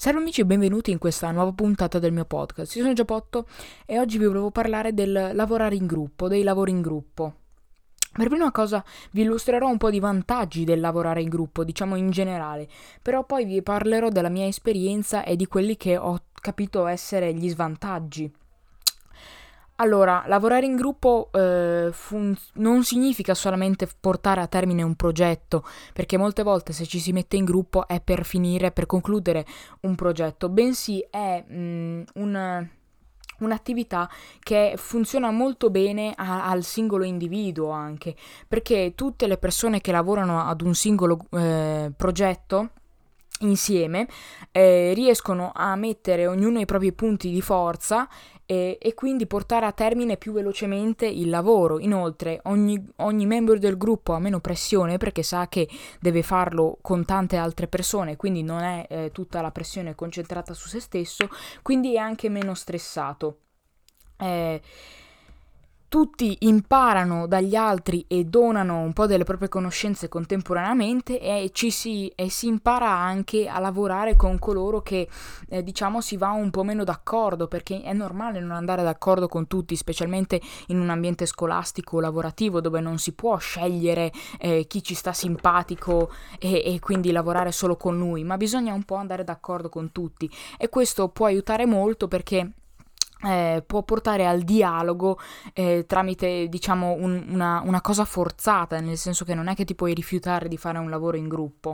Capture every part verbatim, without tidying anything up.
Salve amici e benvenuti in questa nuova puntata del mio podcast. Io sono Giappotto e oggi vi volevo parlare del lavorare in gruppo, dei lavori in gruppo. Per prima cosa vi illustrerò un po' di vantaggi del lavorare in gruppo, diciamo in generale, però poi vi parlerò della mia esperienza e di quelli che ho capito essere gli svantaggi. Allora, lavorare in gruppo eh, fun- non significa solamente portare a termine un progetto, perché molte volte se ci si mette in gruppo è per finire, per concludere un progetto, bensì è mh, un- un'attività che funziona molto bene a- al singolo individuo anche, perché tutte le persone che lavorano ad un singolo eh, progetto insieme eh, riescono a mettere ognuno i propri punti di forza e, e quindi portare a termine più velocemente il lavoro. Inoltre ogni, ogni membro del gruppo ha meno pressione perché sa che deve farlo con tante altre persone, quindi non è eh, tutta la pressione concentrata su se stesso, quindi è anche meno stressato. Eh, tutti imparano dagli altri e donano un po' delle proprie conoscenze contemporaneamente e ci si, e si impara anche a lavorare con coloro che eh, diciamo si va un po' meno d'accordo, perché è normale non andare d'accordo con tutti, specialmente in un ambiente scolastico o lavorativo dove non si può scegliere eh, chi ci sta simpatico e, e quindi lavorare solo con lui, ma bisogna un po' andare d'accordo con tutti e questo può aiutare molto perché eh, può portare al dialogo eh, tramite, diciamo, un- una, una cosa forzata, nel senso che non è che ti puoi rifiutare di fare un lavoro in gruppo.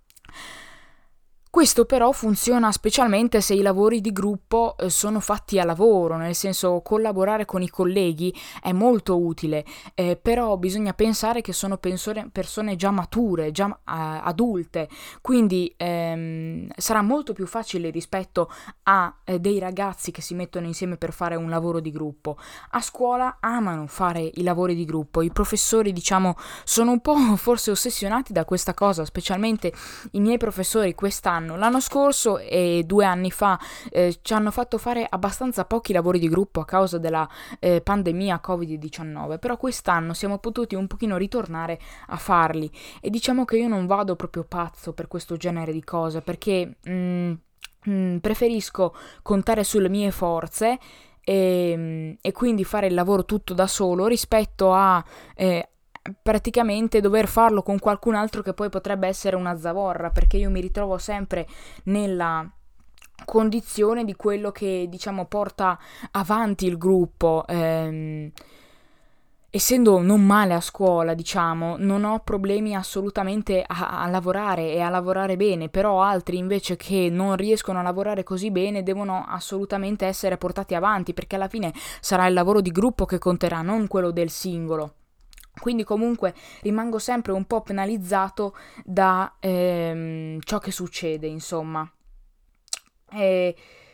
Questo però funziona specialmente se i lavori di gruppo eh, sono fatti a lavoro, nel senso collaborare con i colleghi è molto utile, eh, però bisogna pensare che sono persone, persone già mature, già eh, adulte, quindi ehm, sarà molto più facile rispetto a eh, dei ragazzi che si mettono insieme per fare un lavoro di gruppo. A scuola amano fare i lavori di gruppo, i professori diciamo sono un po' forse ossessionati da questa cosa, specialmente i miei professori quest'anno, l'anno scorso e due anni fa eh, ci hanno fatto fare abbastanza pochi lavori di gruppo a causa della eh, pandemia covid diciannove, però quest'anno siamo potuti un pochino ritornare a farli e diciamo che io non vado proprio pazzo per questo genere di cose perché mm, mm, preferisco contare sulle mie forze e, e quindi fare il lavoro tutto da solo rispetto a eh, praticamente dover farlo con qualcun altro che poi potrebbe essere una zavorra, perché io mi ritrovo sempre nella condizione di quello che diciamo porta avanti il gruppo. Ehm, essendo non male a scuola, diciamo, non ho problemi assolutamente a, a lavorare e a lavorare bene, però altri invece che non riescono a lavorare così bene devono assolutamente essere portati avanti, perché alla fine sarà il lavoro di gruppo che conterà, non quello del singolo. Quindi comunque rimango sempre un po' penalizzato da ehm, ciò che succede, insomma. E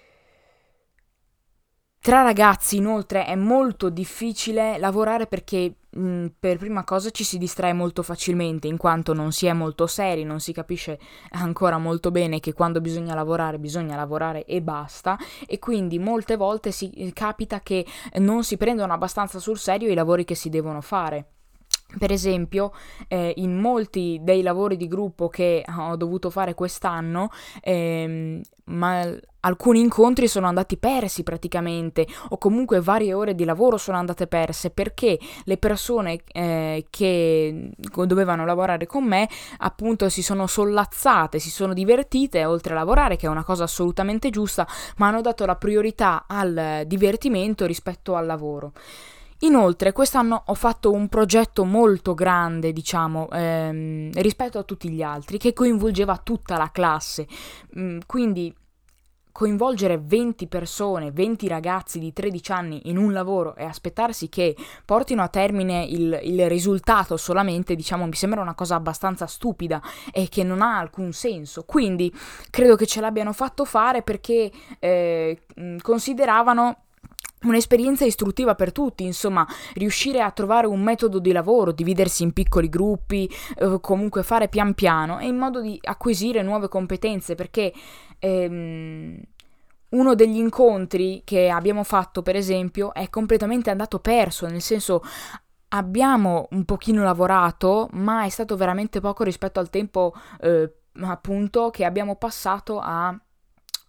tra ragazzi inoltre è molto difficile lavorare perché mh, per prima cosa ci si distrae molto facilmente in quanto non si è molto seri, non si capisce ancora molto bene che quando bisogna lavorare bisogna lavorare e basta e quindi molte volte si capita che non si prendono abbastanza sul serio i lavori che si devono fare. Per esempio, eh, in molti dei lavori di gruppo che ho dovuto fare quest'anno, ehm, ma alcuni incontri sono andati persi praticamente, o comunque varie ore di lavoro sono andate perse perché le persone eh, che dovevano lavorare con me appunto si sono sollazzate, si sono divertite oltre a lavorare, che è una cosa assolutamente giusta, ma hanno dato la priorità al divertimento rispetto al lavoro. Inoltre, quest'anno ho fatto un progetto molto grande, diciamo, ehm, rispetto a tutti gli altri, che coinvolgeva tutta la classe. Mm, quindi coinvolgere venti persone, venti ragazzi di tredici anni in un lavoro e aspettarsi che portino a termine il, il risultato solamente, diciamo, mi sembra una cosa abbastanza stupida e che non ha alcun senso. Quindi credo che ce l'abbiano fatto fare perché eh, consideravano un'esperienza istruttiva per tutti, insomma, riuscire a trovare un metodo di lavoro, dividersi in piccoli gruppi, eh, comunque fare pian piano, e in modo di acquisire nuove competenze, perché ehm, uno degli incontri che abbiamo fatto, per esempio, è completamente andato perso, nel senso abbiamo un pochino lavorato, ma è stato veramente poco rispetto al tempo, eh, appunto, che abbiamo passato a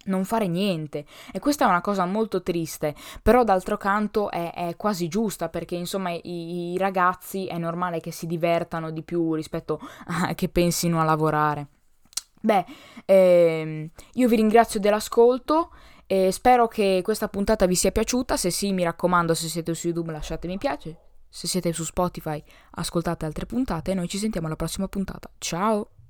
non fare niente, e questa è una cosa molto triste, però d'altro canto è, è quasi giusta, perché insomma i, i ragazzi è normale che si divertano di più rispetto a che pensino a lavorare. Beh, ehm, io vi ringrazio dell'ascolto e spero che questa puntata vi sia piaciuta. Se sì, mi raccomando, se siete su YouTube lasciate mi piace, se siete su Spotify ascoltate altre puntate e noi ci sentiamo alla prossima puntata. Ciao!